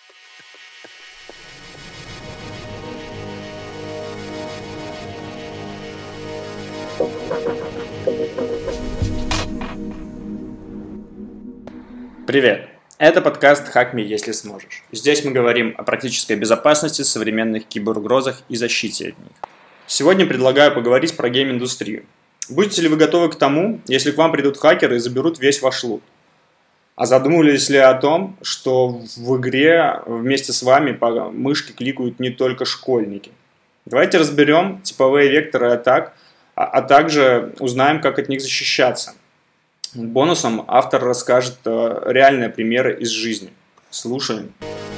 Привет! Это подкаст «Hack Me, если сможешь». Здесь мы говорим о практической безопасности, современных киберугрозах и защите от них. Сегодня предлагаю поговорить про гейм-индустрию. Будете ли вы готовы к тому, если к вам придут хакеры и заберут весь ваш лут? А задумывались ли о том, что в игре вместе с вами по мышке кликают не только школьники? Давайте разберем типовые векторы атак, а также узнаем, как от них защищаться. Бонусом автор расскажет реальные примеры из жизни. Слушаем.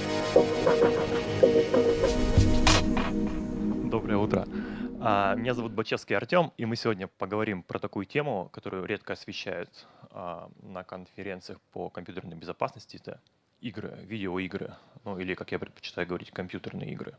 Доброе утро. Меня зовут Бачевский Артем, и мы сегодня поговорим про такую тему, которую редко освещают на конференциях по компьютерной безопасности. Это игры, видеоигры, ну или, как я предпочитаю говорить, компьютерные игры.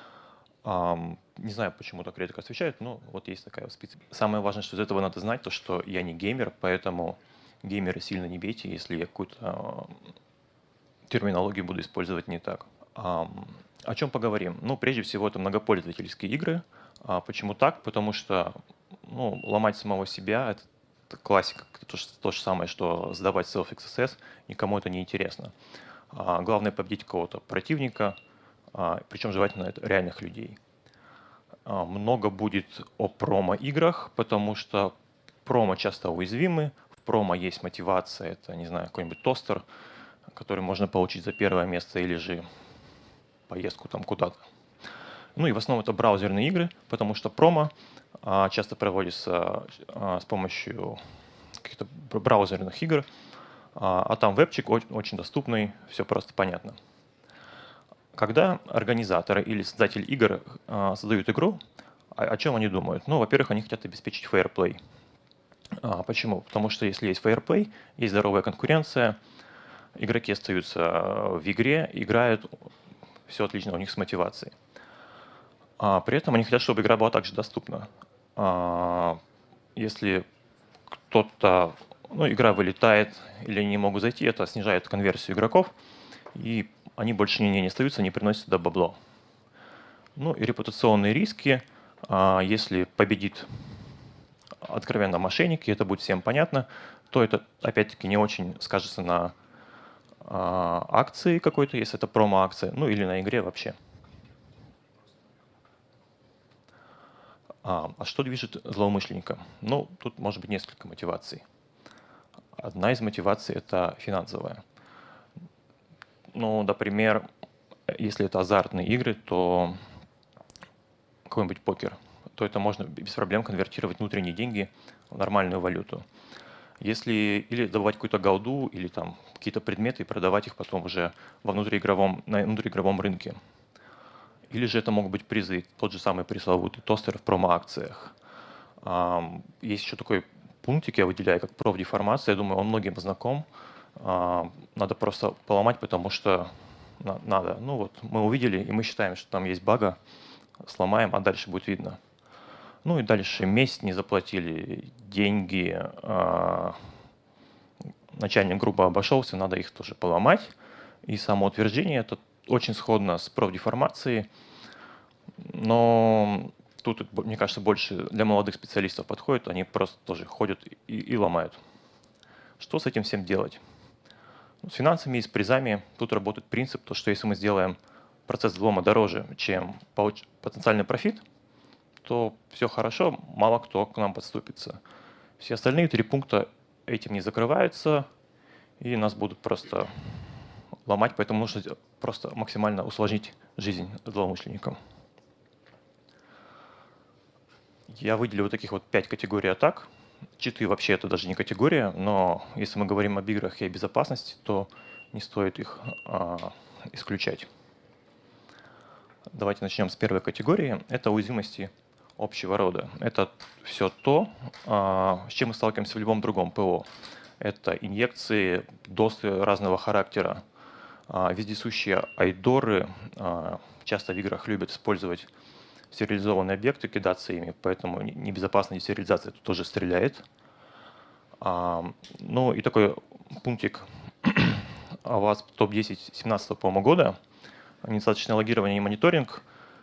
Не знаю, почему так редко освещают, но вот есть такая специфика. Самое важное, что из этого надо знать, то, что я не геймер, поэтому геймеры сильно не бейте, если я какую-то терминологию буду использовать не так. О чем поговорим? Ну, прежде всего, это многопользовательские игры. Почему так? Потому что ломать самого себя — это классика, то же самое, что сдавать self-XSS, никому это не интересно. Главное — победить кого-то противника, причем желательно это реальных людей. Много будет о промо-играх, потому что промо часто уязвимы, в промо есть мотивация, это, не знаю, какой-нибудь тостер, который можно получить за первое место или же поездку там куда-то. Ну и в основном это браузерные игры, потому что промо часто проводится с помощью каких-то браузерных игр, а там вебчик очень доступный, все просто понятно. Когда организаторы или создатели игр создают игру, о чем они думают? Ну, во-первых, они хотят обеспечить fair play. Почему? Потому что если есть fair play, есть здоровая конкуренция, игроки остаются в игре, играют, все отлично у них с мотивацией. При этом они хотят, чтобы игра была также доступна. Если кто-то, игра вылетает или не могут зайти, это снижает конверсию игроков, и они больше не остаются, не приносят сюда бабло. Ну и репутационные риски. Если победит откровенно мошенник, и это будет всем понятно, то это опять-таки не очень скажется на акции какой-то, если это промо-акция, или на игре вообще. А что движет злоумышленника? Тут может быть несколько мотиваций. Одна из мотиваций — это финансовая. Например, если это азартные игры, то какой-нибудь покер, то это можно без проблем конвертировать внутренние деньги в нормальную валюту. Или добывать какую-то голду, или там какие-то предметы и продавать их потом уже на внутриигровом рынке. Или же это могут быть призы, тот же самый пресловутый тостер в промо-акциях. Есть еще такой пунктик, я выделяю, как профдеформация. Я думаю, он многим знаком. Надо просто поломать, потому что надо. Мы увидели, и мы считаем, что там есть бага, сломаем, а дальше будет видно. И дальше месяц не заплатили, деньги, начальник грубо обошелся, надо их тоже поломать. И самоутверждение — это очень сходно с профдеформацией, но тут, мне кажется, больше для молодых специалистов подходит, они просто тоже ходят и ломают. Что с этим всем делать? С финансами и с призами тут работает принцип, что если мы сделаем процесс взлома дороже, чем потенциальный профит, то все хорошо, мало кто к нам подступится. Все остальные 3 пункта этим не закрываются, и нас будут просто ломать, поэтому нужно просто максимально усложнить жизнь злоумышленникам. Я выделил вот таких 5 категорий атак. Читы вообще это даже не категория, но если мы говорим об играх и о безопасности, то не стоит их исключать. Давайте начнем с первой категории. Это уязвимости общего рода. Это все то, с чем мы сталкиваемся в любом другом ПО. Это инъекции, досы разного характера, вездесущие айдоры. Часто в играх любят использовать сериализованные объекты, кидаться ими, поэтому небезопасная сериализация тут тоже стреляет. И такой пунктик у вас топ-10 2017 по-моему, года, недостаточное логирование и мониторинг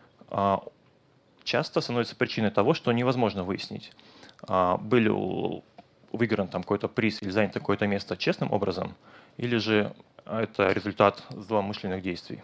часто становится причиной того, что невозможно выяснить, выигран там какой-то приз или занято какое-то место честным образом, или же это результат злоумышленных действий.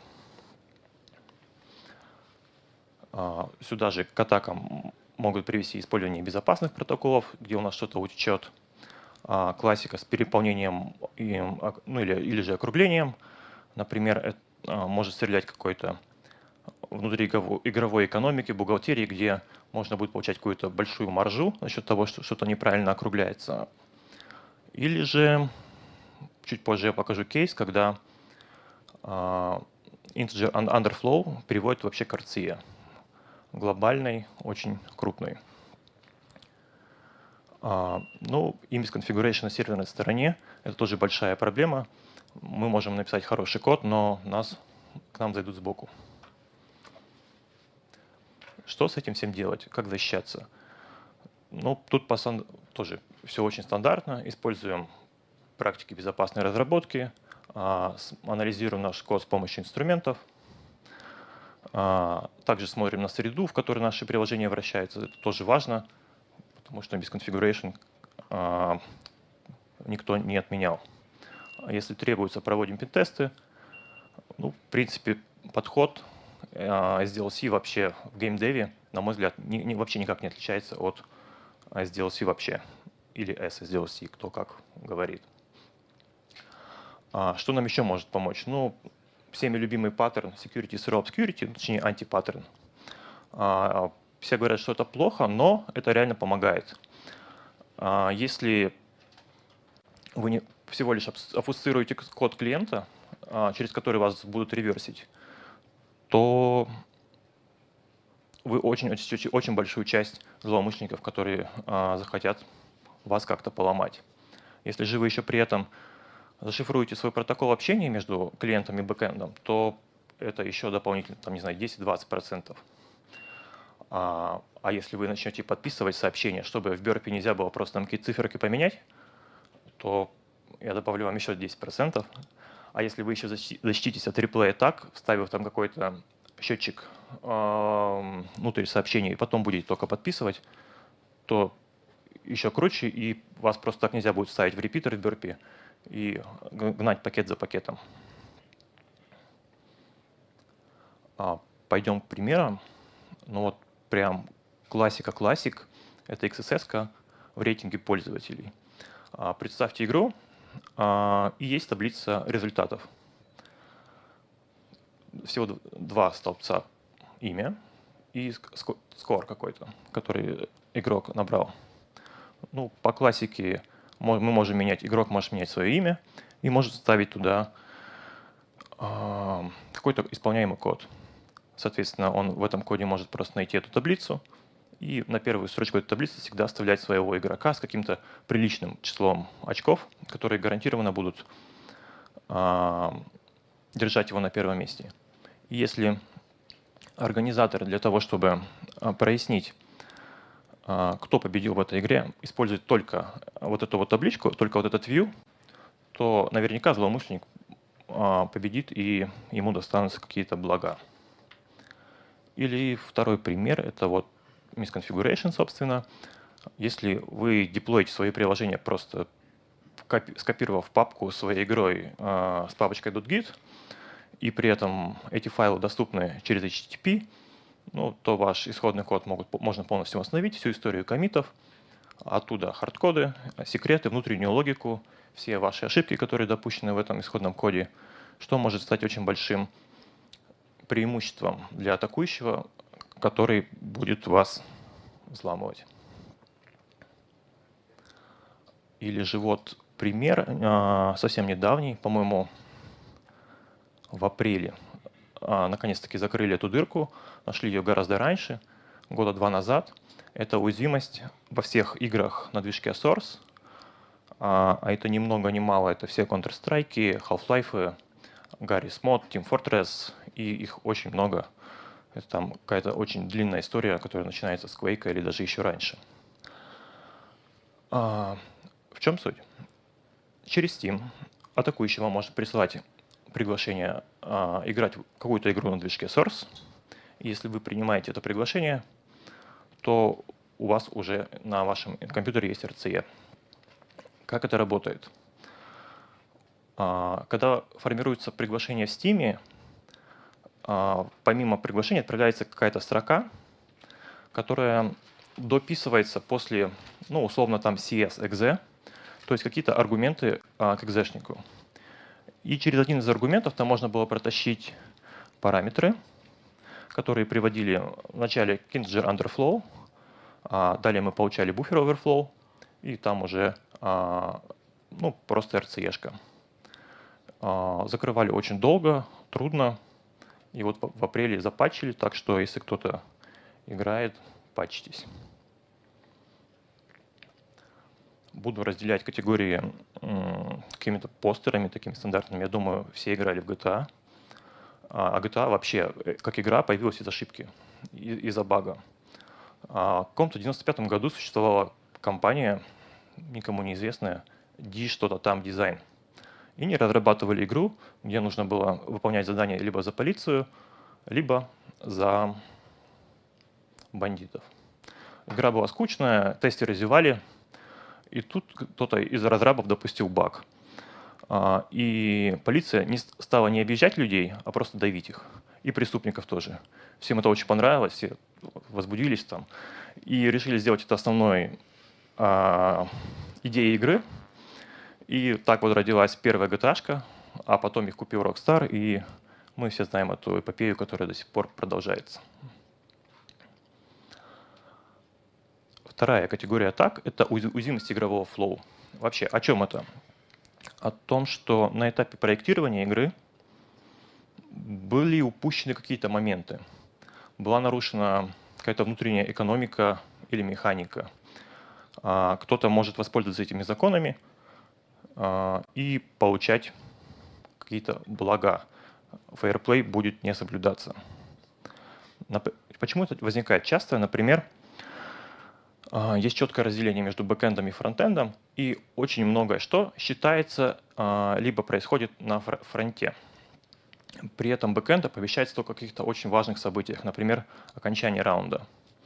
Сюда же к атакам могут привести использование безопасных протоколов, где у нас что-то утечет. Классика с переполнением или же округлением. Например, может стрелять какой-то внутриигровой экономики, бухгалтерии, где можно будет получать какую-то большую маржу за счет того, что что-то неправильно округляется. Или же, чуть позже я покажу кейс, когда integer underflow переводит вообще к RCE. Глобальный, очень крупный. Image configuration на серверной стороне – это тоже большая проблема. Мы можем написать хороший код, но к нам зайдут сбоку. Что с этим всем делать? Как защищаться? Тут тоже все очень стандартно. Используем практики безопасной разработки, анализируем наш код с помощью инструментов. Также смотрим на среду, в которой наши приложения вращаются. Это тоже важно, потому что без configuration никто не отменял. Если требуется, проводим пентесты. В принципе, подход SDLC вообще в геймдеве, на мой взгляд, вообще никак не отличается от SDLC вообще, или SSDLC, кто как говорит. Что нам еще может помочь? Всеми любимый паттерн Security Zero Obscurity, точнее антипаттерн. Все говорят, что это плохо, но это реально помогает. Если вы всего лишь обфусцируете код клиента, через который вас будут реверсить, то вы очень большую часть злоумышленников, которые захотят вас как-то поломать. Если же вы еще при этом зашифруете свой протокол общения между клиентом и бэкэндом, то это еще дополнительно, 10-20%. А если вы начнете подписывать сообщения, чтобы в Burpee нельзя было просто там какие-то циферки поменять, то я добавлю вам еще 10%. А если вы еще защититесь от реплей-атак, вставив там какой-то счетчик внутрь сообщений, и потом будете только подписывать, то еще круче, и вас просто так нельзя будет ставить в репитер в Burpee и гнать пакет за пакетом. Пойдем к примерам. Прям классика-классик – это XSS в рейтинге пользователей. Представьте игру, и есть таблица результатов. Всего два столбца – имя и скор какой-то, который игрок набрал. По классике мы можем менять, игрок может менять свое имя и может ставить туда какой-то исполняемый код. Соответственно, он в этом коде может просто найти эту таблицу и на первую строчку этой таблицы всегда вставлять своего игрока с каким-то приличным числом очков, которые гарантированно будут держать его на первом месте. И если организатор для того, чтобы прояснить, кто победил в этой игре, использует только вот эту вот табличку, только вот этот view, то наверняка злоумышленник победит и ему достанутся какие-то блага. Или второй пример – это misconfiguration, собственно. Если вы деплоите свои приложения, просто скопировав папку своей игрой с папочкой .git, и при этом эти файлы доступны через HTTP, то ваш исходный код можно полностью восстановить, всю историю коммитов, оттуда хардкоды, секреты, внутреннюю логику, все ваши ошибки, которые допущены в этом исходном коде, что может стать очень большим преимуществом для атакующего, который будет вас взламывать. Или же пример совсем недавний, по-моему, в апреле. Наконец-таки закрыли эту дырку, нашли ее гораздо раньше, года 2 назад. Это уязвимость во всех играх на движке Source. А это ни много ни мало, это все Counter-Strike, Half-Life, Garry's Mod, Team Fortress, и их очень много. Это там какая-то очень длинная история, которая начинается с Quake или даже еще раньше. В чем суть? Через Steam атакующий вам может присылать приглашение играть в какую-то игру на движке Source. Если вы принимаете это приглашение, то у вас уже на вашем компьютере есть RCE. Как это работает? Когда формируется приглашение в Steam, помимо приглашения отправляется какая-то строка, которая дописывается после, ну, условно, там CS.exe, то есть какие-то аргументы к экзешнику. И через один из аргументов там можно было протащить параметры, которые приводили вначале к integer underflow, далее мы получали buffer overflow, и там уже ну, просто RCE-шка. Закрывали очень долго, трудно, и вот в апреле запатчили, так что если кто-то играет, патчитесь. Буду разделять категории какими-то постерами такими стандартными. Я думаю, все играли в GTA. А GTA вообще, как игра, появилась из ошибки, из-за бага. В каком-то 95-м году существовала компания, никому неизвестная, D что-то там дизайн. И они разрабатывали игру, где нужно было выполнять задания либо за полицию, либо за бандитов. Игра была скучная, тестеры зевали, и тут кто-то из разрабов допустил баг. И полиция стала не объезжать людей, а просто давить их. И преступников тоже. Всем это очень понравилось, все возбудились там. И решили сделать это основной идеей игры. И так вот родилась первая GTA-шка, а потом их купил Rockstar, и мы все знаем эту эпопею, которая до сих пор продолжается. Вторая категория атак – это уязвимость игрового флоу. Вообще, о чем это? О том, что на этапе проектирования игры были упущены какие-то моменты. Была нарушена какая-то внутренняя экономика или механика. Кто-то может воспользоваться этими законами и получать какие-то блага. Fairplay будет не соблюдаться. Почему это возникает часто? Например, есть четкое разделение между бэкэндом и фронтендом, и очень многое что считается либо происходит на фронте. При этом бэкэнд оповещается только о каких-то очень важных событиях, например, окончание раунда.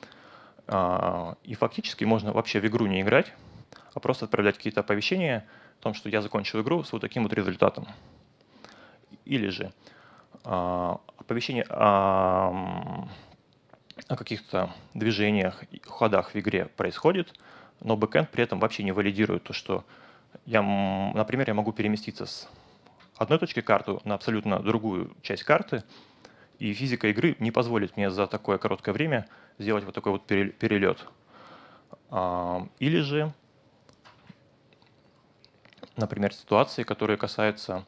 И фактически можно вообще в игру не играть, а просто отправлять какие-то оповещения о том, что я закончил игру с вот таким вот результатом. Или же оповещение о каких-то движениях, ходах в игре происходит, но бэкэнд при этом вообще не валидирует то, что например, я могу переместиться с одной точки карты на абсолютно другую часть карты, и физика игры не позволит мне за такое короткое время сделать вот такой вот перелет. Или же, например, ситуации, которые касаются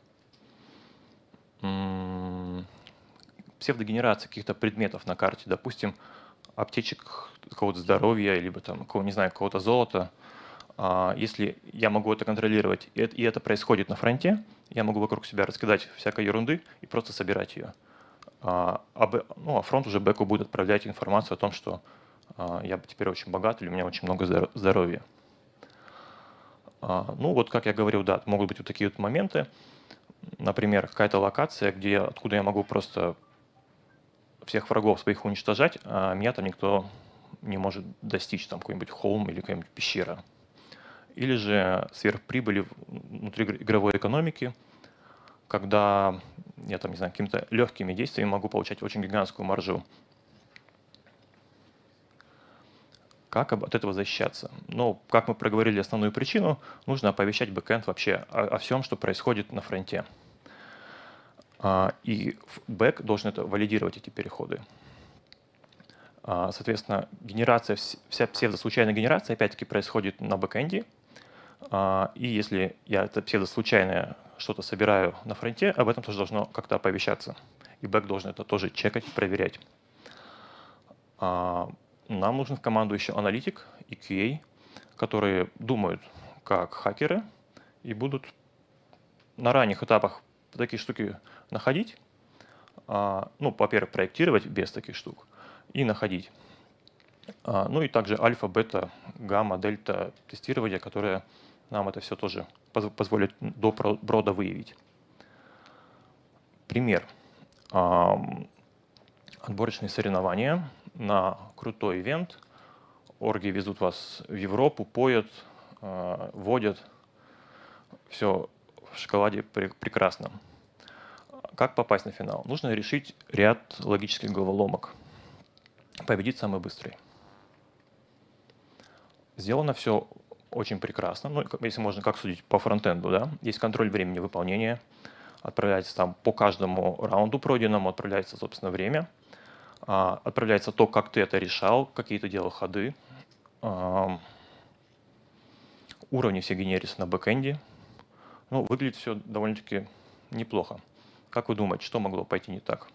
псевдогенерации каких-то предметов на карте, допустим, аптечек какого-то здоровья, либо там, не знаю, какого-то золота. Если я могу это контролировать, и это происходит на фронте, я могу вокруг себя раскидать всякой ерунды и просто собирать ее. А фронт уже бэку будет отправлять информацию о том, что я теперь очень богат или у меня очень много здоровья. Ну вот, как я говорил, да, могут быть вот такие вот моменты. Например, какая-то локация, откуда я могу просто всех врагов своих уничтожать, а меня там никто не может достичь, там какой-нибудь холм или какая-нибудь пещера. Или же сверхприбыли внутри игровой экономики, когда я там, не знаю, какими-то легкими действиями могу получать очень гигантскую маржу. Как от этого защищаться? Ну, как мы проговорили основную причину, нужно оповещать бэкэнд вообще о всем, что происходит на фронте. И бэк должен это валидировать, эти переходы. Соответственно, вся псевдослучайная генерация опять-таки происходит на бэкэнде. И если я это псевдослучайное что-то собираю на фронте, об этом тоже должно как-то оповещаться. И бэк должен это тоже чекать, проверять. Нам нужен в команду еще аналитик и QA, которые думают как хакеры и будут на ранних этапах такие штуки находить. Ну, во-первых, проектировать без таких штук и находить. Ну и также альфа, бета, гамма, дельта тестирование, которое нам это все тоже позволит до брода выявить. Пример. Отборочные соревнования на крутой ивент. Орги везут вас в Европу, поят, водят. Все в шоколаде прекрасно. Как попасть на финал? Нужно решить ряд логических головоломок. Победить самый быстрый. Сделано все очень прекрасно. Ну, если можно как судить по фронтенду, да? Есть контроль времени выполнения. Отправляется там по каждому раунду пройденному, отправляется, собственно, время. Отправляется то, как ты это решал, какие ты делал ходы. Уровни все генерятся на бэкэнде. Ну, выглядит все довольно-таки неплохо. Как вы думаете, что могло пойти не так?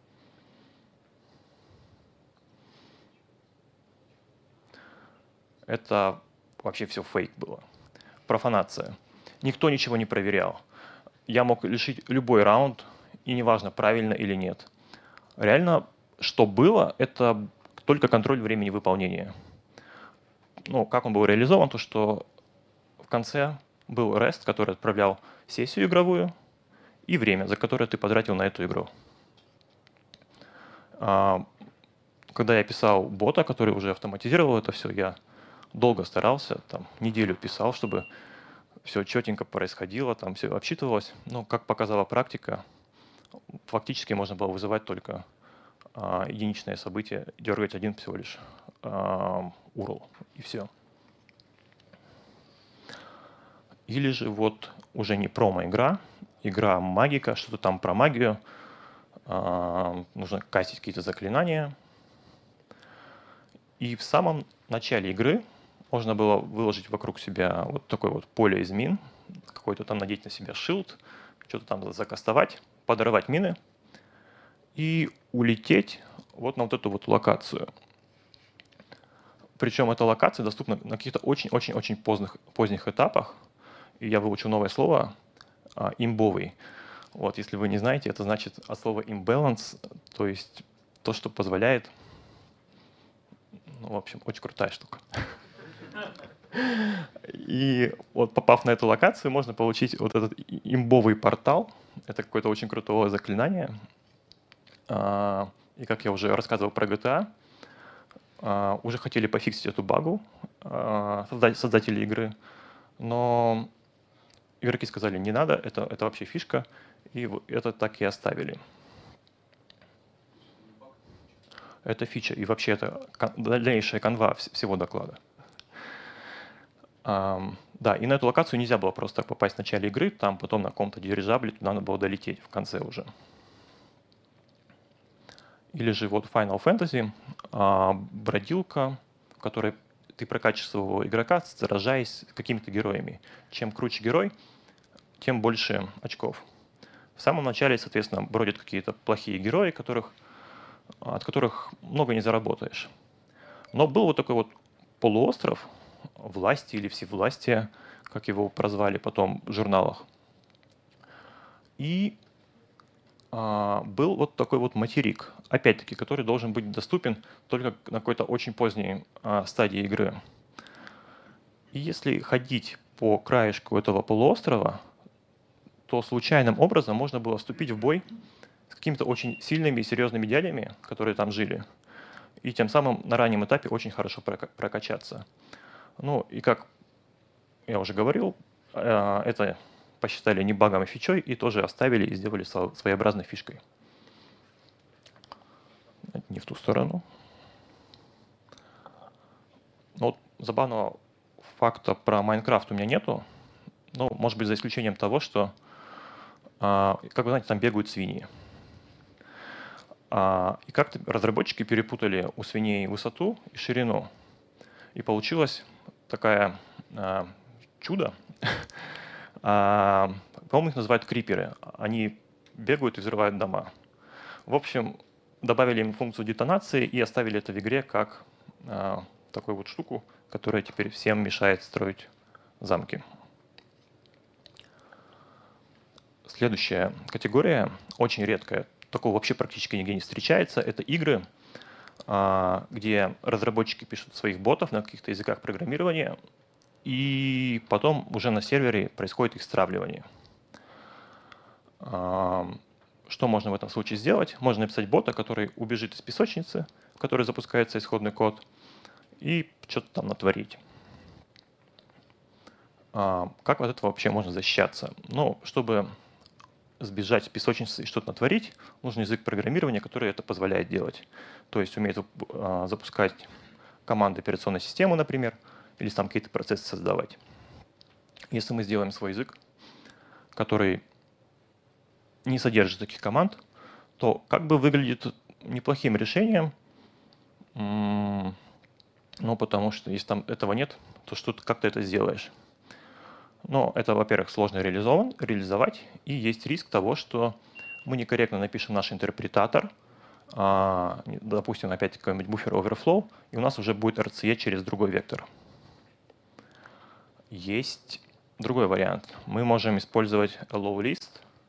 Это вообще все фейк было. Профанация. Никто ничего не проверял. Я мог решить любой раунд, и неважно, правильно или нет. Реально, что было, это только контроль времени выполнения. Ну, как он был реализован, то что в конце был REST, который отправлял сессию игровую и время, за которое ты потратил на эту игру. Когда я писал бота, который уже автоматизировал это все, я долго старался, там, неделю писал, чтобы все четенько происходило, там все обсчитывалось. Но, как показала практика, фактически можно было вызывать только единичное событие, дергать один всего лишь URL, и все. Или же вот уже не промо-игра, игра магика, что-то там про магию, нужно кастить какие-то заклинания. И в самом начале игры можно было выложить вокруг себя вот такое вот поле из мин, какой-то там надеть на себя шилд, что-то там закастовать, подорвать мины и улететь вот на вот эту вот локацию. Причем эта локация доступна на каких-то очень-очень-очень поздних этапах. И я выучил новое слово имбовый. Вот, если вы не знаете, это значит от слова imbalance, то есть то, что позволяет. Ну, в общем, очень крутая штука. И вот попав на эту локацию, можно получить вот этот имбовый портал. Это какое-то очень крутое заклинание. И как я уже рассказывал про GTA, уже хотели пофиксить эту багу создатели игры, но игроки сказали, не надо, это вообще фишка, и это так и оставили. Это фича, и вообще это дальнейшая канва всего доклада. Да, и на эту локацию нельзя было просто так попасть в начале игры, там потом на каком-то дирижабле туда надо было долететь в конце уже. Или же вот Final Fantasy, бродилка, в которой ты прокачиваешь своего игрока, сражаясь с какими-то героями. Чем круче герой, тем больше очков. В самом начале, соответственно, бродят какие-то плохие герои, от которых много не заработаешь. Но был вот такой вот полуостров власти или всевластия, как его прозвали потом в журналах. И был вот такой вот материк, опять-таки, который должен быть доступен только на какой-то очень поздней стадии игры. И если ходить по краешку этого полуострова, то случайным образом можно было вступить в бой с какими-то очень сильными и серьезными дядями, которые там жили, и тем самым на раннем этапе очень хорошо прокачаться. Ну и как я уже говорил, это посчитали не багом, а фичой, и тоже оставили и сделали своеобразной фишкой. Не в ту сторону. Вот забавного факта про Майнкрафт у меня нету. Ну, может быть, за исключением того, что, как вы знаете, там бегают свиньи. И как-то разработчики перепутали у свиней высоту и ширину. И получилось такое чудо. По-моему, их называют криперы. Они бегают и взрывают дома. В общем, добавили им функцию детонации и оставили это в игре как такую вот штуку, которая теперь всем мешает строить замки. Следующая категория, очень редкая, такого вообще практически нигде не встречается, это игры, где разработчики пишут своих ботов на каких-то языках программирования, и потом уже на сервере происходит их стравливание. Что можно в этом случае сделать? Можно написать бота, который убежит из песочницы, в которой запускается исходный код, и что-то там натворить. Как от этого вообще можно защищаться? Ну, чтобы сбежать с песочницы и что-то натворить, нужен язык программирования, который это позволяет делать. То есть умеет запускать команды операционной системы, например, или там какие-то процессы создавать. Если мы сделаем свой язык, который не содержит таких команд, то как бы выглядит неплохим решением, ну, потому что если там этого нет, то что как ты это сделаешь? Но это, во-первых, сложно реализовать, и есть риск того, что мы некорректно напишем наш интерпретатор, допустим, опять какой-нибудь буфер overflow, и у нас уже будет RCE через другой вектор. Есть другой вариант. Мы можем использовать allow list.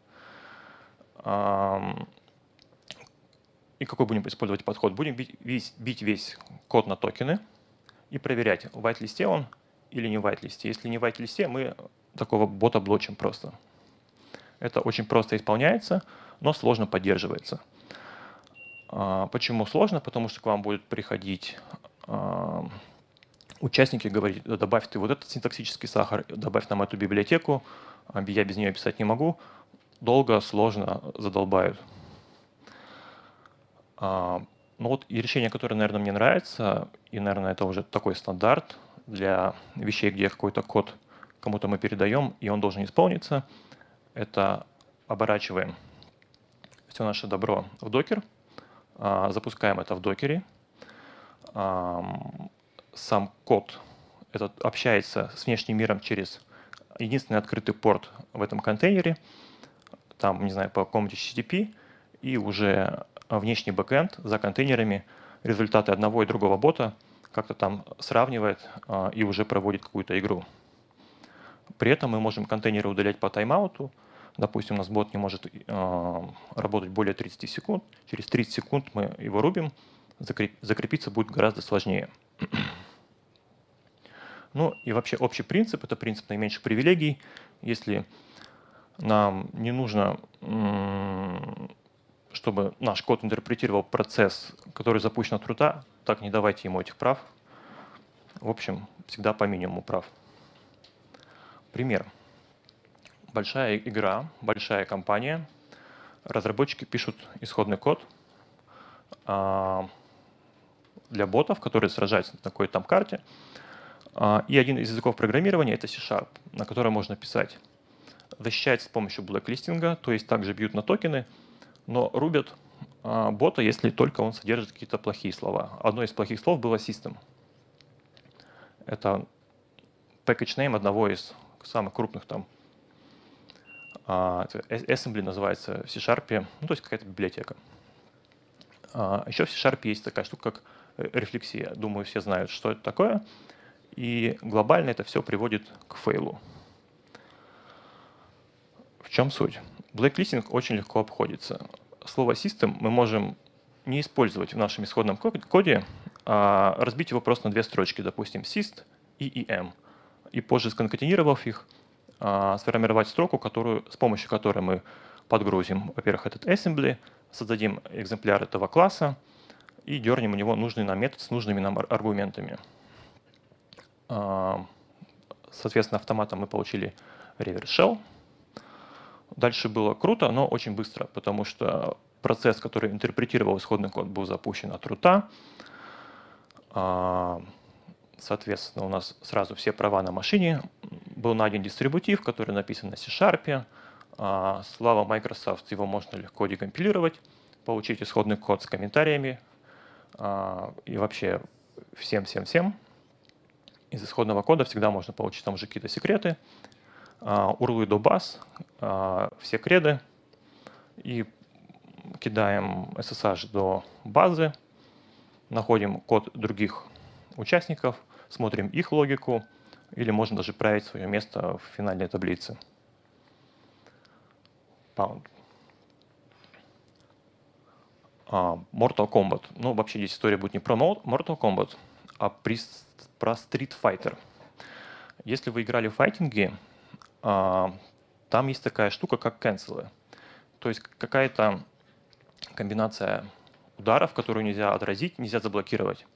И какой будем использовать подход? Будем бить весь код на токены и проверять, в whitelist он или не в whitelist. Если не в whitelist, мы такого бота блочим просто. Это очень просто исполняется, но сложно поддерживается. Почему сложно? Потому что к вам будут приходить участники, говорить: добавь ты вот этот синтаксический сахар, добавь нам эту библиотеку, я без нее писать не могу. Долго, сложно, задолбают. Ну вот и решение, которое, наверное, мне нравится, и, наверное, это уже такой стандарт для вещей, где какой-то код кому-то мы передаем, и он должен исполниться, это оборачиваем все наше добро в докер, запускаем это в докере, сам код этот общается с внешним миром через единственный открытый порт в этом контейнере, там, не знаю, по какому-нибудь HTTP, и уже внешний бэкэнд за контейнерами результаты одного и другого бота как-то там сравнивает и уже проводит какую-то игру. При этом мы можем контейнеры удалять по тайм-ауту. Допустим, у нас бот не может работать более 30 секунд. Через 30 секунд мы его рубим. Закрепиться будет гораздо сложнее. Ну и вообще общий принцип – это принцип наименьших привилегий. Если нам не нужно, чтобы наш код интерпретировал процесс, который запущен от рута, так не давайте ему этих прав. В общем, всегда по минимуму прав. Пример. Большая игра, большая компания. Разработчики пишут исходный код для ботов, которые сражаются на такой там карте. И один из языков программирования – это C#, на котором можно писать. Защищается с помощью блэклистинга, то есть также бьют на токены, но рубят бота, если только он содержит какие-то плохие слова. Одно из плохих слов было system. Это package name одного из самых крупных там. Assembly называется в C#, ну, то есть какая-то библиотека. Еще в C# есть такая штука, как рефлексия. Думаю, все знают, что это такое. И глобально это все приводит к фейлу. В чем суть? Блэклистинг очень легко обходится. Слово system мы можем не использовать в нашем исходном коде, а разбить его просто на две строчки, допустим, syst и em. И позже, сконкатенировав их, сформировать строку, с помощью которой мы подгрузим, во-первых, этот assembly, создадим экземпляр этого класса и дернем у него нужный нам метод с нужными нам аргументами. Соответственно, автоматом мы получили reverse shell. Дальше было круто, но очень быстро, потому что процесс, который интерпретировал исходный код, был запущен от рута. Соответственно, у нас сразу все права на машине. Был найден дистрибутив, который написан на C#. Слава Microsoft, его можно легко декомпилировать, получить исходный код с комментариями. И вообще всем из исходного кода всегда можно получить там уже какие-то секреты. URL до баз, все креды. И кидаем SSH до базы. Находим код других участников, смотрим их логику, или можно даже править свое место в финальной таблице. Pound. Mortal Kombat. Ну, вообще здесь история будет не про Mortal Kombat, а про Street Fighter. Если вы играли в файтинги, там есть такая штука, как кэнселы. То есть какая-то комбинация ударов, которую нельзя отразить, нельзя заблокировать.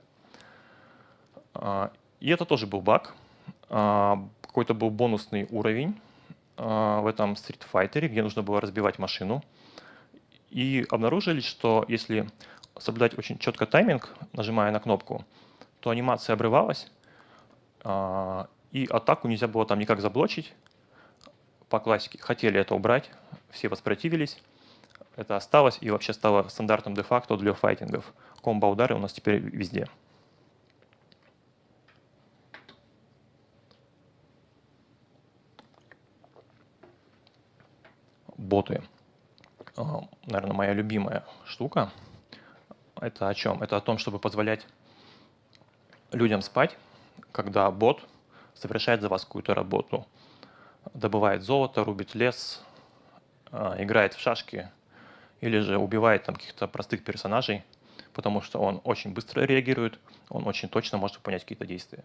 И это тоже был баг. Какой-то был бонусный уровень в этом Street Fighter, где нужно было разбивать машину. И обнаружили, что если соблюдать очень четко тайминг, нажимая на кнопку, то анимация обрывалась, и атаку нельзя было там никак заблочить. По классике хотели это убрать, все воспротивились. Это осталось и вообще стало стандартом де-факто для файтингов. Комбо-удары у нас теперь везде. Боты. Наверное, моя любимая штука. Это о чем? Это о том, чтобы позволять людям спать, когда бот совершает за вас какую-то работу. Добывает золото, рубит лес, играет в шашки или же убивает там каких-то простых персонажей, потому что он очень быстро реагирует, он очень точно может понять какие-то действия.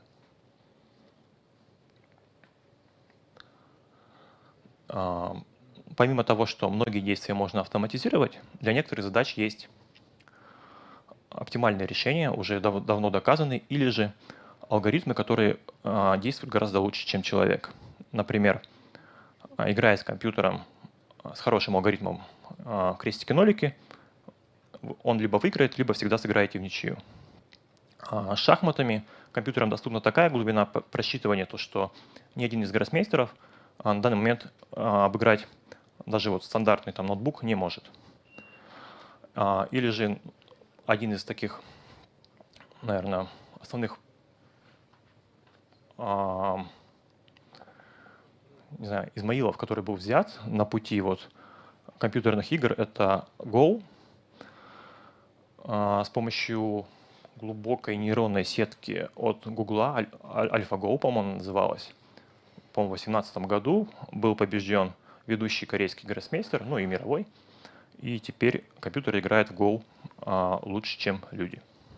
Помимо того, что многие действия можно автоматизировать, для некоторых задач есть оптимальные решения, уже давно доказаны, или же алгоритмы, которые действуют гораздо лучше, чем человек. Например, играя с компьютером с хорошим алгоритмом крестики-нолики, он либо выиграет, либо всегда сыграете в ничью. С шахматами компьютерам доступна такая глубина просчитывания, то что ни один из гроссмейстеров на данный момент обыграть даже вот стандартный там ноутбук не может. Или же один из таких, наверное, основных не знаю, Измаилов, который был взят на пути вот компьютерных игр, это Go. С помощью глубокой нейронной сетки от Гугла, AlphaGo, по-моему, называлась, по-моему, в 2018 году был побежден ведущий корейский гроссмейстер, ну и мировой, и теперь компьютер играет в Go лучше, чем люди.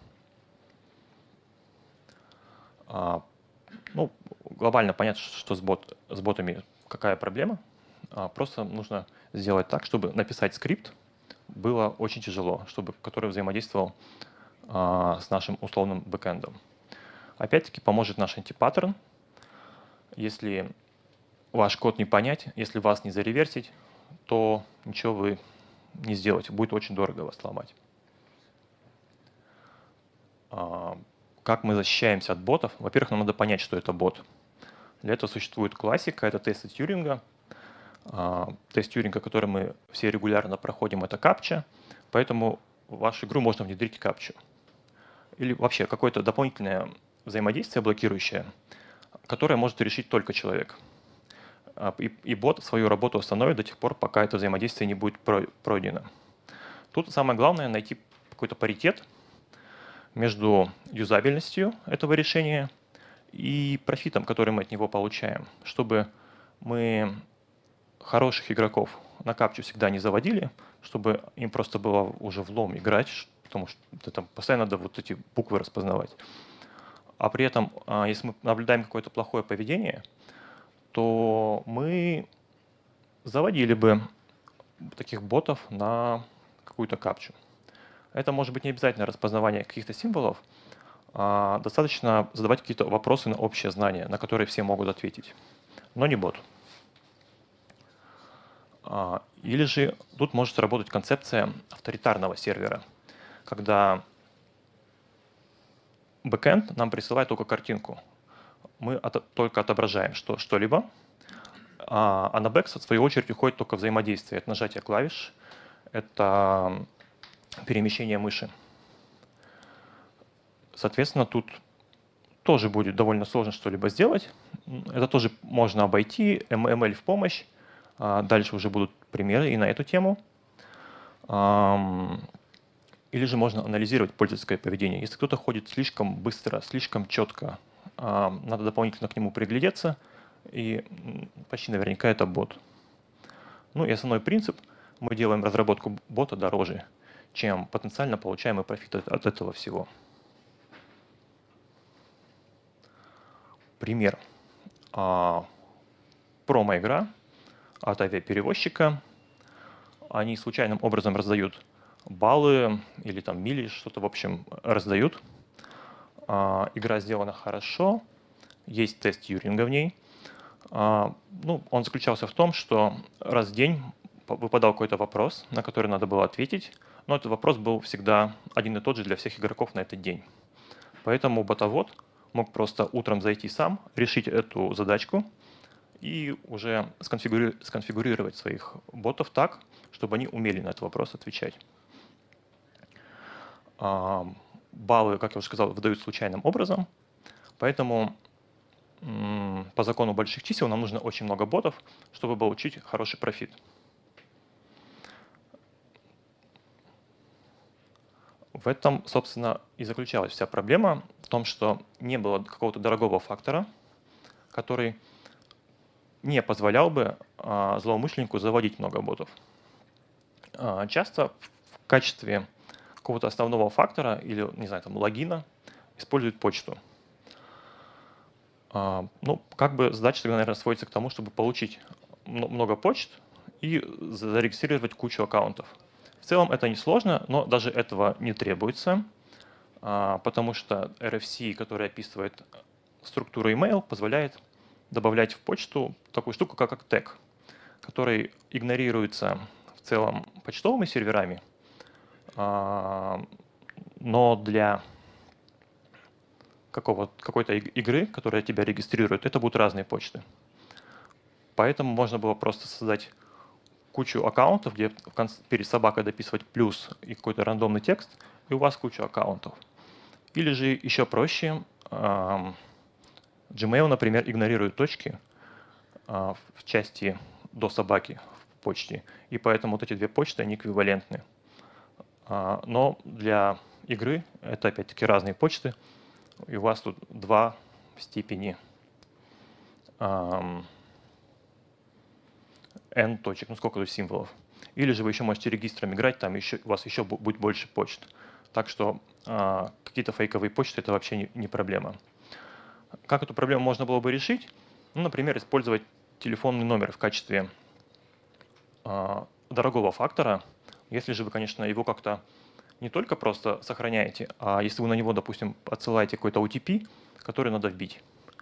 Ну, глобально понятно, что с ботами какая проблема. Просто нужно сделать так, чтобы написать скрипт было очень тяжело, который взаимодействовал с нашим условным бэкэндом. Опять-таки поможет наш антипаттерн. Если ваш код не понять, если вас не зареверсить, то ничего вы не сделаете. Будет очень дорого вас сломать. Как мы защищаемся от ботов? Во-первых, нам надо понять, что это бот. Для этого существует классика, это тесты Тьюринга. Тест Тьюринга, который мы все регулярно проходим, это капча. Поэтому в вашу игру можно внедрить капчу. Или вообще какое-то дополнительное взаимодействие блокирующее, которое может решить только человек. И бот свою работу остановит до тех пор, пока это взаимодействие не будет пройдено. Тут самое главное найти какой-то паритет между юзабельностью этого решения и профитом, который мы от него получаем, чтобы мы хороших игроков на капчу всегда не заводили, чтобы им просто было уже влом играть, потому что там постоянно надо вот эти буквы распознавать. А при этом, если мы наблюдаем какое-то плохое поведение, то мы заводили бы таких ботов на какую-то капчу. Это может быть не обязательно распознавание каких-то символов, достаточно задавать какие-то вопросы на общее знание, на которые все могут ответить, но не бот. Или же тут может работать концепция авторитарного сервера, когда бэкэнд нам присылает только картинку. Мы только отображаем что-либо, а на бэк, в свою очередь, уходит только взаимодействие. Это нажатие клавиш, это перемещение мыши. Соответственно, тут тоже будет довольно сложно что-либо сделать. Это тоже можно обойти, ML в помощь. Дальше уже будут примеры и на эту тему. Или же можно анализировать пользовательское поведение. Если кто-то ходит слишком быстро, слишком четко, надо дополнительно к нему приглядеться, и почти наверняка это бот. Ну и основной принцип – мы делаем разработку бота дороже, чем потенциально получаемый профит от этого всего. Пример. промо-игра от авиаперевозчика. Они случайным образом раздают баллы или там мили, что-то, в общем, раздают. Игра сделана хорошо, есть тест Тьюринга в ней. Он заключался в том, что раз в день выпадал какой-то вопрос, на который надо было ответить, но этот вопрос был всегда один и тот же для всех игроков на этот день. Поэтому ботовод мог просто утром зайти сам, решить эту задачку и уже сконфигурировать своих ботов так, чтобы они умели на этот вопрос отвечать. Баллы, как я уже сказал, выдают случайным образом, поэтому по закону больших чисел нам нужно очень много ботов, чтобы получить хороший профит. В этом, собственно, и заключалась вся проблема, в том, что не было какого-то дорогого фактора, который не позволял бы злоумышленнику заводить много ботов. Часто в качестве какого-то основного фактора или, не знаю, там, логина используют почту. Задача тогда, наверное, сводится к тому, чтобы получить много почт и зарегистрировать кучу аккаунтов. В целом это несложно, но даже этого не требуется, потому что RFC, который описывает структуру email, позволяет добавлять в почту такую штуку, как тег, который игнорируется в целом почтовыми серверами, но для какой-то игры, которая тебя регистрирует, это будут разные почты. Поэтому можно было просто создать кучу аккаунтов, где перед собакой дописывать плюс и какой-то рандомный текст, и у вас куча аккаунтов. Или же еще проще, Gmail, например, игнорирует точки в части до собаки в почте, и поэтому вот эти две почты, они эквивалентны. Но для игры это опять-таки разные почты, и у вас тут два степени n точек, сколько тут символов. Или же вы еще можете регистром играть, там у вас еще будет больше почт. Так что какие-то фейковые почты — это вообще не проблема. Как эту проблему можно было бы решить? Например, использовать телефонный номер в качестве дорогого фактора. Если же вы, конечно, его как-то не только просто сохраняете, а если вы на него, допустим, отсылаете какой-то OTP, который надо вбить,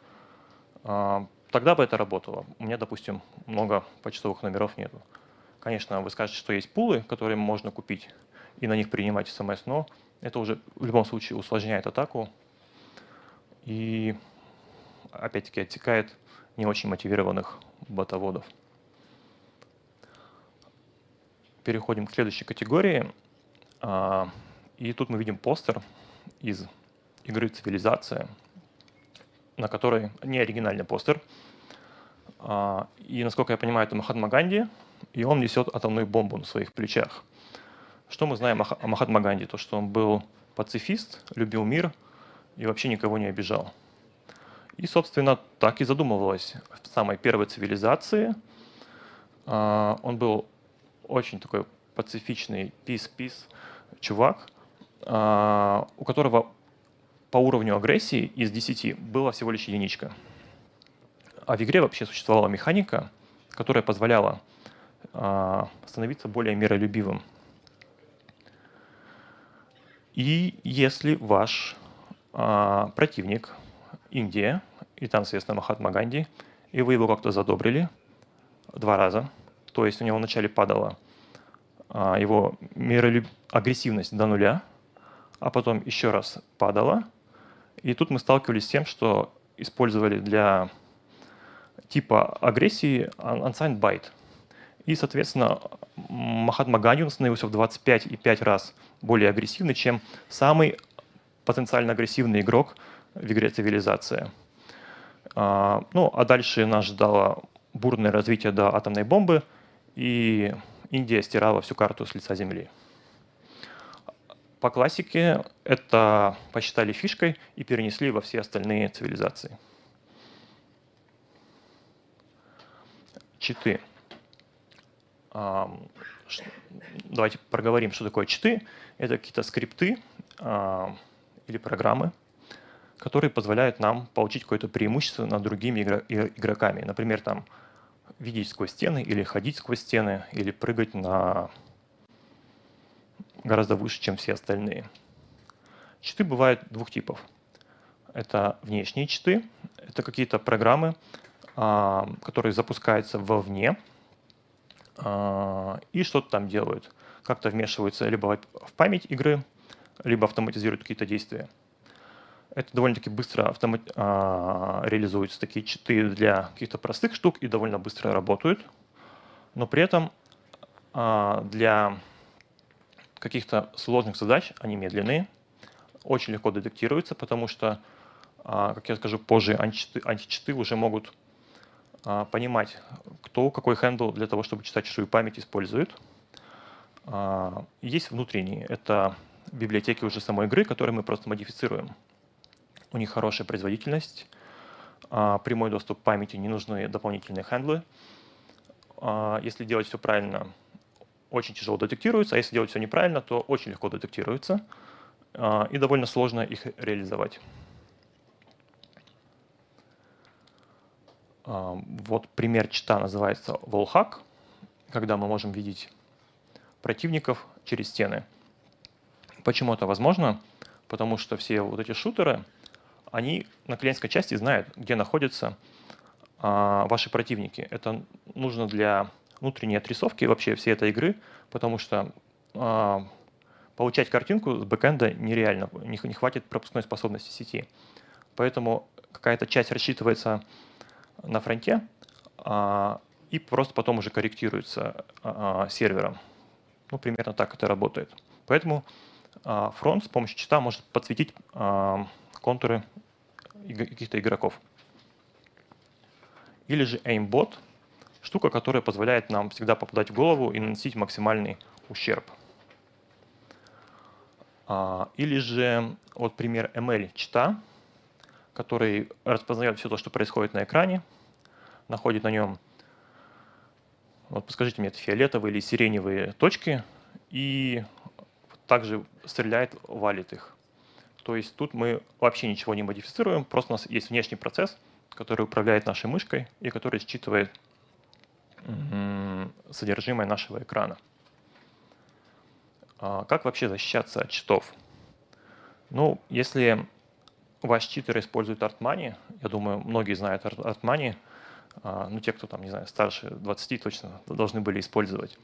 тогда бы это работало. У меня, допустим, много почтовых номеров нету. Конечно, вы скажете, что есть пулы, которые можно купить и на них принимать смс, но это уже в любом случае усложняет атаку и, опять-таки, отсекает не очень мотивированных ботоводов. Переходим к следующей категории. И тут мы видим постер из игры «Цивилизация», на которой не оригинальный постер. И, насколько я понимаю, это Махатма Ганди, и он несет атомную бомбу на своих плечах. Что мы знаем о Махатма Ганди? То, что он был пацифист, любил мир и вообще никого не обижал. И, собственно, так и задумывалось в самой первой цивилизации. Он был очень такой пацифичный peace чувак, у которого по уровню агрессии из 10 было всего лишь единичка. А в игре вообще существовала механика, которая позволяла становиться более миролюбивым. И если ваш противник Индия, и там, соответственно, Махатма Ганди, и вы его как-то задобрили 2 раза, то есть у него вначале падала его агрессивность до 0, а потом еще раз падала. И тут мы сталкивались с тем, что использовали для типа агрессии unsigned byte. И, соответственно, Махатма Ганди становился в 25,5 раз более агрессивный, чем самый потенциально агрессивный игрок в игре «Цивилизация». А дальше нас ждало бурное развитие до атомной бомбы, и Индия стирала всю карту с лица Земли. По классике это посчитали фишкой и перенесли во все остальные цивилизации. Читы. Давайте проговорим, что такое читы. Это какие-то скрипты или программы, которые позволяют нам получить какое-то преимущество над другими игроками. Например, там видеть сквозь стены или ходить сквозь стены, или прыгать на гораздо выше, чем все остальные. Читы бывают двух типов. Это внешние читы, это какие-то программы, которые запускаются вовне и что-то там делают. Как-то вмешиваются либо в память игры, либо автоматизируют какие-то действия. Это довольно-таки быстро реализуются такие читы для каких-то простых штук и довольно быстро работают. Но при этом для каких-то сложных задач они медленные, очень легко детектируются, потому что, как я скажу позже, античиты уже могут понимать, кто какой хендл для того, чтобы читать чужую память, использует. Есть внутренние. Это библиотеки уже самой игры, которые мы просто модифицируем. У них хорошая производительность, прямой доступ к памяти, не нужны дополнительные хендлы. Если делать все правильно, очень тяжело детектируется, а если делать все неправильно, то очень легко детектируется, и довольно сложно их реализовать. Вот пример чита называется wallhack, когда мы можем видеть противников через стены. Почему это возможно? Потому что все вот эти шутеры, они на клиентской части знают, где находятся ваши противники. Это нужно для внутренней отрисовки вообще всей этой игры, потому что получать картинку с бэкэнда нереально, не хватит пропускной способности сети. Поэтому какая-то часть рассчитывается на фронте и просто потом уже корректируется сервером. Ну, примерно так это работает. Поэтому фронт с помощью чита может подсветить контуры каких-то игроков. Или же aimbot, штука, которая позволяет нам всегда попадать в голову и наносить максимальный ущерб. Или же вот пример ML-чита, который распознает все то, что происходит на экране, находит на нем, вот подскажите мне, это фиолетовые или сиреневые точки, и также стреляет, валит их. То есть тут мы вообще ничего не модифицируем, просто у нас есть внешний процесс, который управляет нашей мышкой и который считывает содержимое нашего экрана. Как вообще защищаться от читов? Ну, если ваш читер использует ArtMoney, я думаю, многие знают ArtMoney, ну, те, кто там, не знаю, старше 20 точно должны были использовать.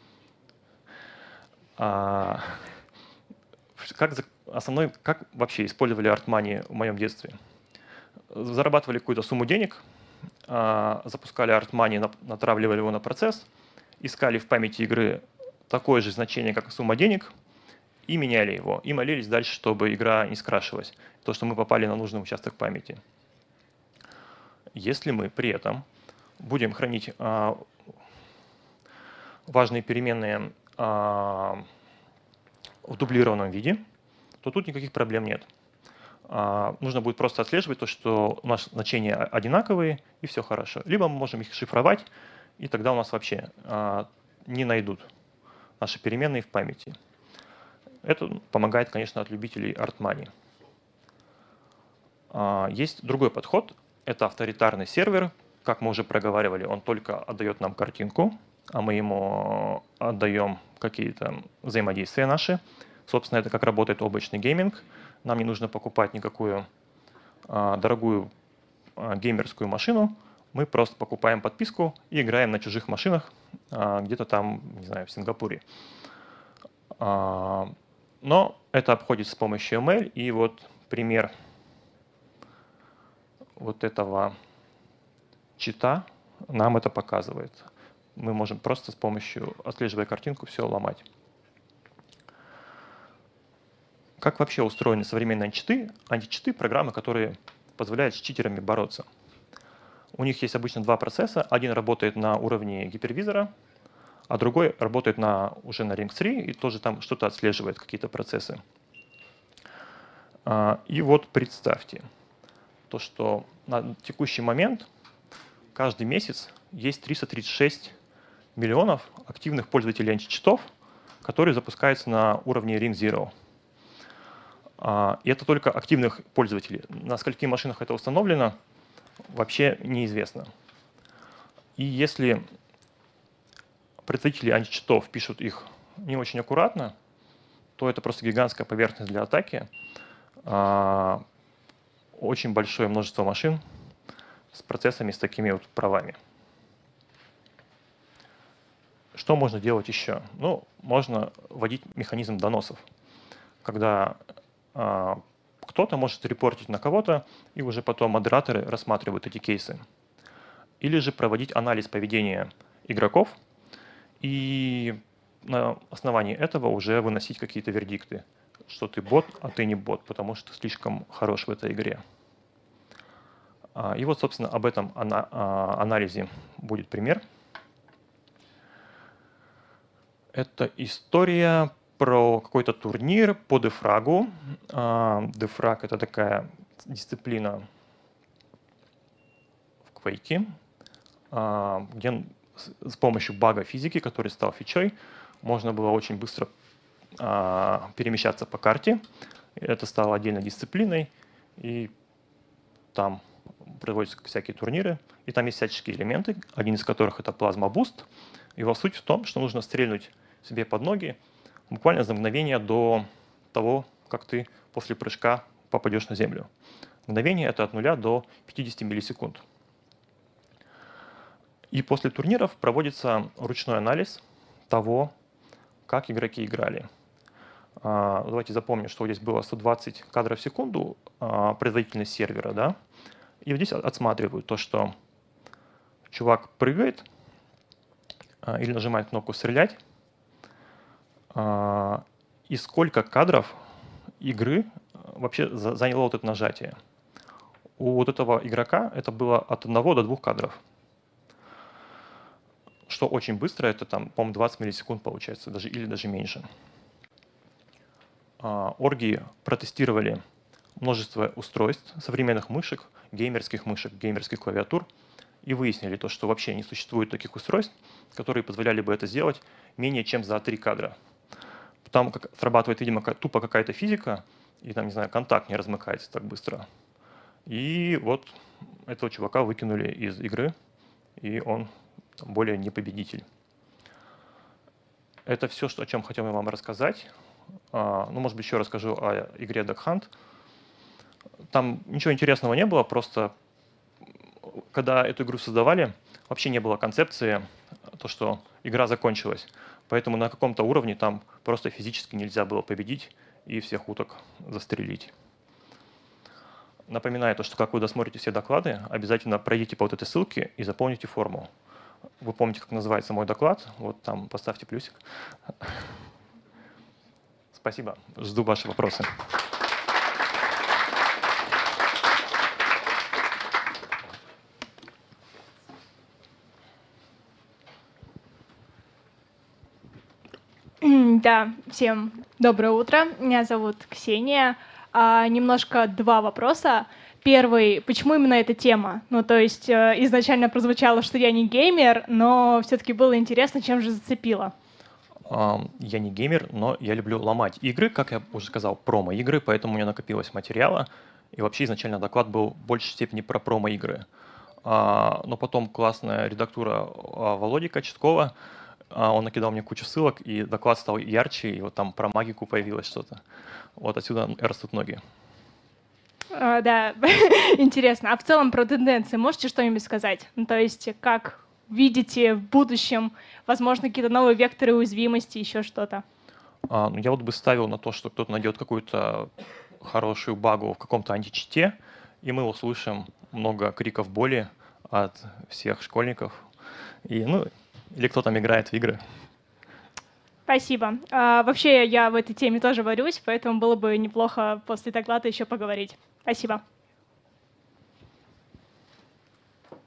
Как вообще использовали ArtMoney в моем детстве? Зарабатывали какую-то сумму денег, запускали ArtMoney, натравливали его на процесс, искали в памяти игры такое же значение, как и сумма денег, и меняли его, и молились дальше, чтобы игра не скрашивалась, то, что мы попали на нужный участок памяти. Если мы при этом будем хранить важные переменные в дублированном виде, то тут никаких проблем нет. Нужно будет просто отслеживать то, что у нас значения одинаковые, и все хорошо. Либо мы можем их шифровать, и тогда у нас вообще не найдут наши переменные в памяти. Это помогает, конечно, от любителей ArtMoney. Есть другой подход. Это авторитарный сервер. Как мы уже проговаривали, он только отдает нам картинку, а мы ему отдаем какие-то взаимодействия наши. Собственно, это как работает облачный гейминг. Нам не нужно покупать никакую дорогую геймерскую машину. Мы просто покупаем подписку и играем на чужих машинах где-то там, не знаю, в Сингапуре. Но это обходится с помощью ML. И вот пример вот этого чита нам это показывает. Мы можем просто с помощью, отслеживая картинку, все ломать. Как вообще устроены современные античиты, программы, которые позволяют с читерами бороться? У них есть обычно два процесса. Один работает на уровне гипервизора, а другой работает уже на Ring 3 и тоже там что-то отслеживает, какие-то процессы. И вот представьте, то, что на текущий момент каждый месяц есть 336 миллионов активных пользователей античитов, которые запускаются на уровне Ring Zero. И это только активных пользователей. На скольких машинах это установлено, вообще неизвестно. И если представители античитов пишут их не очень аккуратно, то это просто гигантская поверхность для атаки, очень большое множество машин с процессами, с такими вот правами. Что можно делать еще? Ну, можно вводить механизм доносов, когда кто-то может репортить на кого-то, и уже потом модераторы рассматривают эти кейсы. Или же проводить анализ поведения игроков и на основании этого уже выносить какие-то вердикты, что ты бот, а ты не бот, потому что слишком хорош в этой игре. И вот, собственно, об этом анализе будет пример. Это история про какой-то турнир по дефрагу. Дефраг — это такая дисциплина в Quake, где с помощью бага физики, который стал фичой, можно было очень быстро перемещаться по карте. Это стало отдельной дисциплиной, и там проводятся всякие турниры, и там есть всяческие элементы, один из которых — это плазма-буст. Его суть в том, что нужно стрельнуть себе под ноги буквально за мгновение до того, как ты после прыжка попадешь на землю. Мгновение — это от 0 до 50 миллисекунд. И после турниров проводится ручной анализ того, как игроки играли. Давайте запомним, что здесь было 120 кадров в секунду производительность сервера, да? И здесь отсматривают то, что чувак прыгает или нажимает кнопку «Стрелять», и сколько кадров игры вообще заняло вот это нажатие. У вот этого игрока это было от 1 до 2 кадров. Что очень быстро, это там, по-моему, 20 миллисекунд получается, или даже меньше. Орги протестировали множество устройств, современных мышек, геймерских клавиатур, и выяснили то, что вообще не существует таких устройств, которые позволяли бы это сделать менее чем за 3 кадра. Там срабатывает, видимо, тупо какая-то физика, и там, не знаю, контакт не размыкается так быстро. И вот этого чувака выкинули из игры, и он более не победитель. Это все, о чем хотел я вам рассказать. Ну, может быть, еще расскажу о игре Duck Hunt. Там ничего интересного не было, просто когда эту игру создавали, вообще не было концепции, то, что игра закончилась. Поэтому на каком-то уровне там просто физически нельзя было победить и всех уток застрелить. Напоминаю то, что как вы досмотрите все доклады, обязательно пройдите по вот этой ссылке и заполните форму. Вы помните, как называется мой доклад? Вот там поставьте плюсик. Спасибо. Жду ваши вопросы. Да, всем доброе утро. Меня зовут Ксения. Немножко 2 вопроса. Первый, почему именно эта тема? Ну, то есть изначально прозвучало, что я не геймер, но все-таки было интересно, чем же зацепило. Я не геймер, но я люблю ломать игры, как я уже сказал, промо-игры, поэтому у меня накопилось материала. И вообще изначально доклад был в большей степени про промо-игры. Но потом классная редактура Володи Кочеткова, он накидал мне кучу ссылок, и доклад стал ярче, и вот там про магику появилось что-то. Вот отсюда растут ноги. Да, интересно. А в целом про тенденции можете что-нибудь сказать? Ну, то есть как видите в будущем, возможно, какие-то новые векторы уязвимости, еще что-то? Ну, я вот бы ставил на то, что кто-то найдет какую-то хорошую багу в каком-то античите, и мы услышим много криков боли от всех школьников. И, или кто там играет в игры. Спасибо. Вообще я в этой теме тоже варюсь, поэтому было бы неплохо после доклада еще поговорить. Спасибо.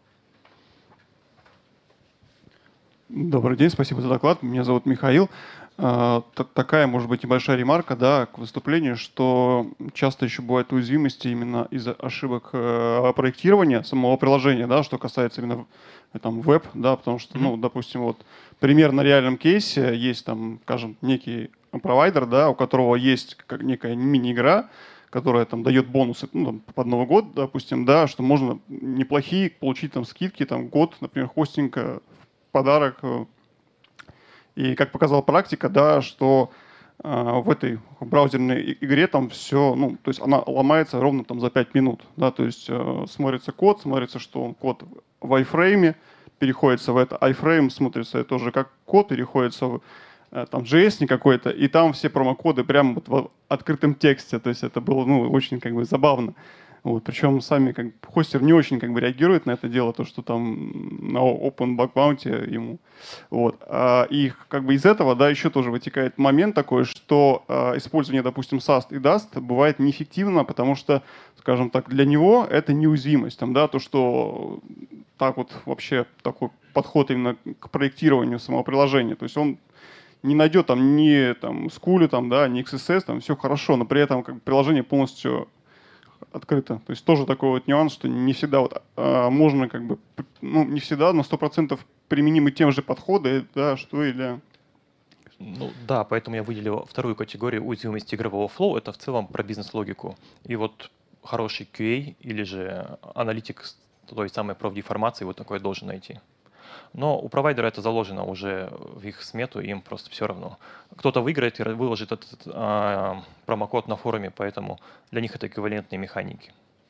Добрый день, спасибо за доклад. Меня зовут Михаил. Такая, может быть, небольшая ремарка, да, к выступлению, что часто еще бывают уязвимости именно из-за ошибок проектирования самого приложения, да, что касается именно там веб, да, потому что, ну, допустим, вот пример на реальном кейсе есть там, скажем, некий провайдер, да, у которого есть некая мини-игра, которая там дает бонусы, ну, там, под Новый год, допустим, да, что можно неплохие получить там скидки, там год, например, хостинга в подарок. И как показала практика, да, что в этой браузерной игре там все, ну, то есть она ломается ровно там за 5 минут, да, то есть смотрится код, смотрится, что он код в iframe, переходится в это iframe, смотрится это уже как код, переходится в там JS какой-то, и там все промокоды прямо вот в открытом тексте, то есть это было, ну, очень как бы забавно. Вот, причем сами как бы, хостер не очень как бы реагирует на это дело, то, что там на Open Bug Bounty ему. Вот. И как бы из этого, да, еще тоже вытекает момент такой, что использование, допустим, SAST и DAST бывает неэффективно, потому что, скажем так, для него это неуязвимость. Там, да, то, что так вот вообще такой подход именно к проектированию самого приложения. То есть он не найдет там ни там, скулю, там, да, ни XSS, там все хорошо, но при этом как бы, приложение полностью открыто. То есть тоже такой вот нюанс, что не всегда вот, можно как бы, ну не всегда, но 100% применимы тем же подходы, да, что и для... Ну, да, поэтому я выделил вторую категорию уязвимости игрового флоу. Это в целом про бизнес-логику. И вот хороший QA или же аналитик той самой профдеформации вот такое должен найти. Но у провайдера это заложено уже в их смету, им просто все равно. Кто-то выиграет и выложит этот промокод на форуме, поэтому для них это эквивалентные механики.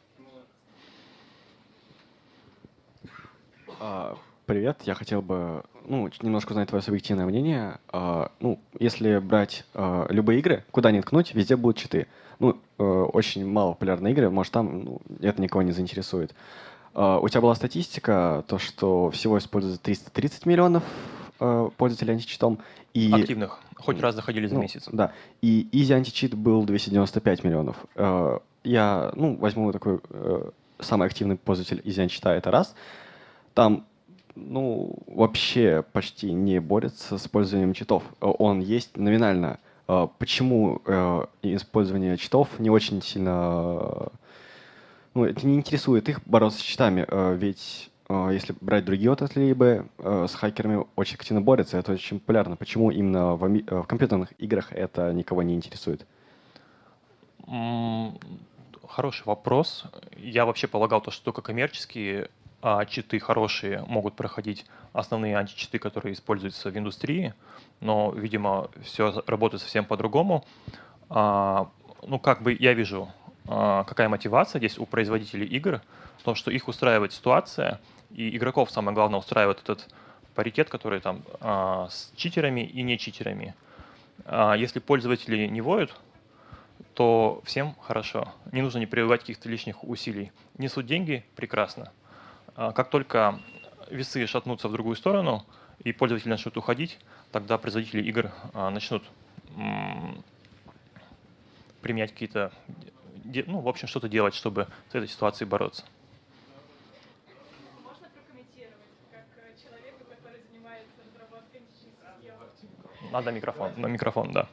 Привет, я хотел бы немножко узнать твое субъективное мнение. Если брать любые игры, куда ни ткнуть, везде будут читы. Очень мало популярные игры, может там это никого не заинтересует. У тебя была статистика, то, что всего используется 330 миллионов пользователей античитом. И, активных, хоть раз заходили за месяц. Да, и Easy античит был 295 миллионов. Я возьму такой самый активный пользователь Easy античита, это раз. Там вообще почти не борется с использованием читов. Он есть номинально. Почему использование читов не очень сильно... это не интересует их бороться с читами, ведь если брать другие отрасли, либо с хакерами очень активно борются, это очень популярно. Почему именно в компьютерных играх это никого не интересует? Хороший вопрос. Я вообще полагал, что только коммерческие читы хорошие могут проходить основные античиты, которые используются в индустрии, но, видимо, все работает совсем по-другому. Как бы я вижу, какая мотивация есть у производителей игр, в том, что их устраивает ситуация, и игроков, самое главное, устраивает этот паритет, который там с читерами и не читерами. Если пользователи не воют, то всем хорошо. Не нужно не привлекать каких-то лишних усилий. Несут деньги — прекрасно. Как только весы шатнутся в другую сторону, и пользователи начнут уходить, тогда производители игр начнут применять какие-то, в общем, что-то делать, чтобы с этой ситуацией бороться. Можно прокомментировать, как человеку, который занимается разработкой систем? Надо микрофон. На микрофон, да.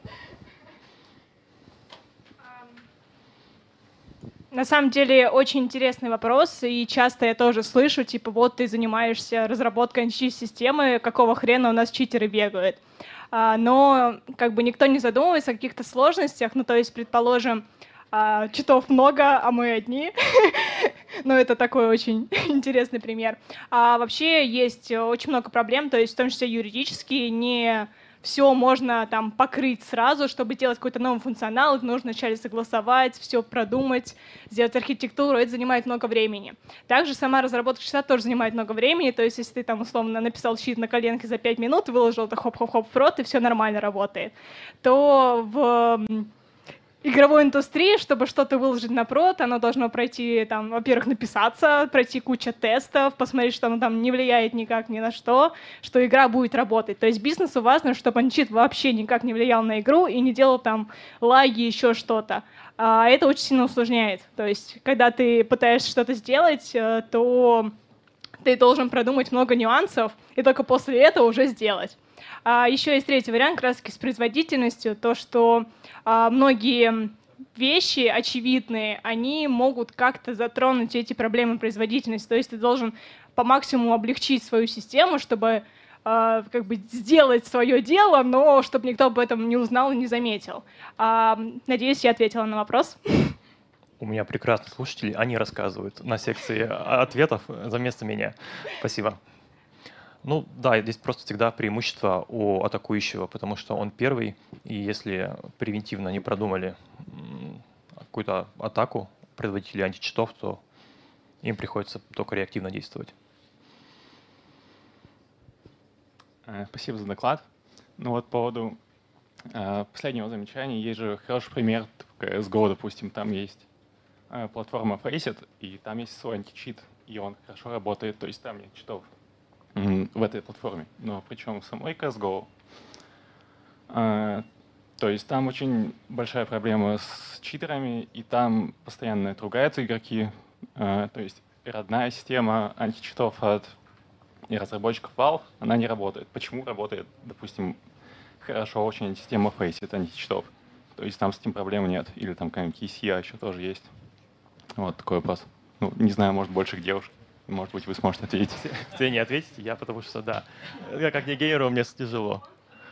На самом деле очень интересный вопрос, и часто я тоже слышу, типа, вот ты занимаешься разработкой системы, какого хрена у нас читеры бегают. Но как бы никто не задумывается о каких-то сложностях, то есть, предположим, читов много, а мы одни. Это такой очень интересный пример. А вообще есть очень много проблем, то есть в том числе юридически не все можно там покрыть сразу, чтобы делать какой-то новый функционал, это нужно вначале согласовать, все продумать, сделать архитектуру, это занимает много времени. Также сама разработка чита тоже занимает много времени, то есть если ты там условно написал чит на коленке за 5 минут, выложил это хоп-хоп-хоп в прод, и все нормально работает, то в игровой индустрии, чтобы что-то выложить на прод, оно должно пройти, там, во-первых, написаться, пройти кучу тестов, посмотреть, что оно там не влияет никак ни на что игра будет работать. То есть бизнесу важно, чтобы античит вообще никак не влиял на игру и не делал там лаги, еще что-то. А это очень сильно усложняет. То есть когда ты пытаешься что-то сделать, то ты должен продумать много нюансов и только после этого уже сделать. Еще есть третий вариант, как раз-таки с производительностью, то, что многие вещи очевидные, они могут как-то затронуть эти проблемы производительности. То есть ты должен по максимуму облегчить свою систему, чтобы как бы сделать свое дело, но чтобы никто об этом не узнал и не заметил. Надеюсь, я ответила на вопрос. У меня прекрасные слушатели, они рассказывают на секции ответов вместо меня. Спасибо. Ну да, здесь просто всегда преимущество у атакующего, потому что он первый, и если превентивно не продумали какую-то атаку производителей античитов, то им приходится только реактивно действовать. Спасибо за доклад. Ну вот по поводу последнего замечания, есть же хороший пример в CSGO, допустим, там есть платформа Faceit, и там есть свой античит, и он хорошо работает, то есть там нет читов в этой платформе. Но причем в самой CSGO, то есть там очень большая проблема с читерами, и там постоянно отругаются игроки, то есть родная система античитов от разработчиков Valve, она не работает. Почему работает, допустим, хорошо очень система Faceit античитов? То есть там с этим проблем нет. Или там какая-нибудь ECA еще тоже есть. Вот такой вопрос. Ну, не знаю, может, больше к девушке. Может быть, вы сможете ответить. Вы не ответите, я потому что да. Я как не геймеру, мне тяжело.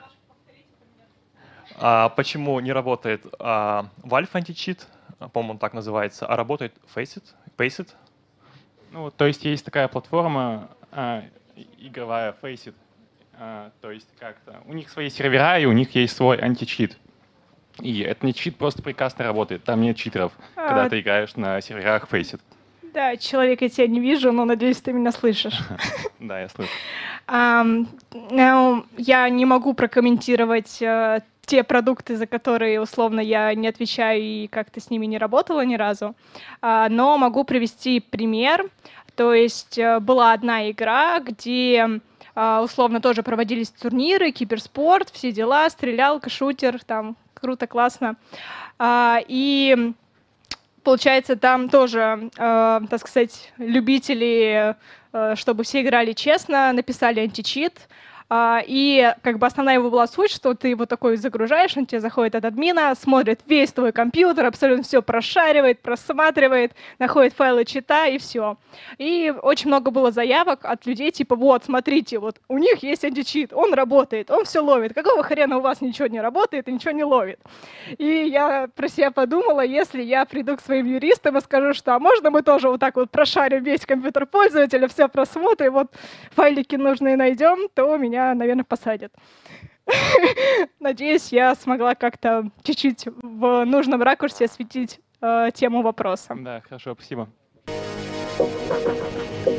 Почему не работает Valve античит, по-моему, он так называется, а работает Faceit? Ну, то есть есть такая платформа, игровая Faceit. То есть как-то у них свои сервера, и у них есть свой античит. И этот античит просто прекрасно работает. Там нет читеров, когда ты играешь на серверах Faceit. Да, человек, я тебя не вижу, но надеюсь, ты меня слышишь. Да, я слышу. Я не могу прокомментировать те продукты, за которые, условно, я не отвечаю и как-то с ними не работала ни разу. Но могу привести пример. То есть была одна игра, где условно тоже проводились турниры, киберспорт, все дела, стрелялка, шутер, там круто, классно. И получается, там тоже, так сказать, любители, чтобы все играли честно, написали античит. И как бы основная его была суть, что ты его такой загружаешь, он тебе заходит от админа, смотрит весь твой компьютер, абсолютно все прошаривает, просматривает, находит файлы чита и все. И очень много было заявок от людей, типа, вот, смотрите, вот у них есть античит, он работает, он все ловит. Какого хрена у вас ничего не работает и ничего не ловит? И я про себя подумала, если я приду к своим юристам и скажу, что а можно мы тоже вот так вот прошарим весь компьютер пользователя, все просмотрим, вот файлики нужные найдем, то меня, наверное, посадят. Надеюсь, я смогла как-то чуть-чуть в нужном ракурсе осветить тему вопроса. Да, хорошо, спасибо.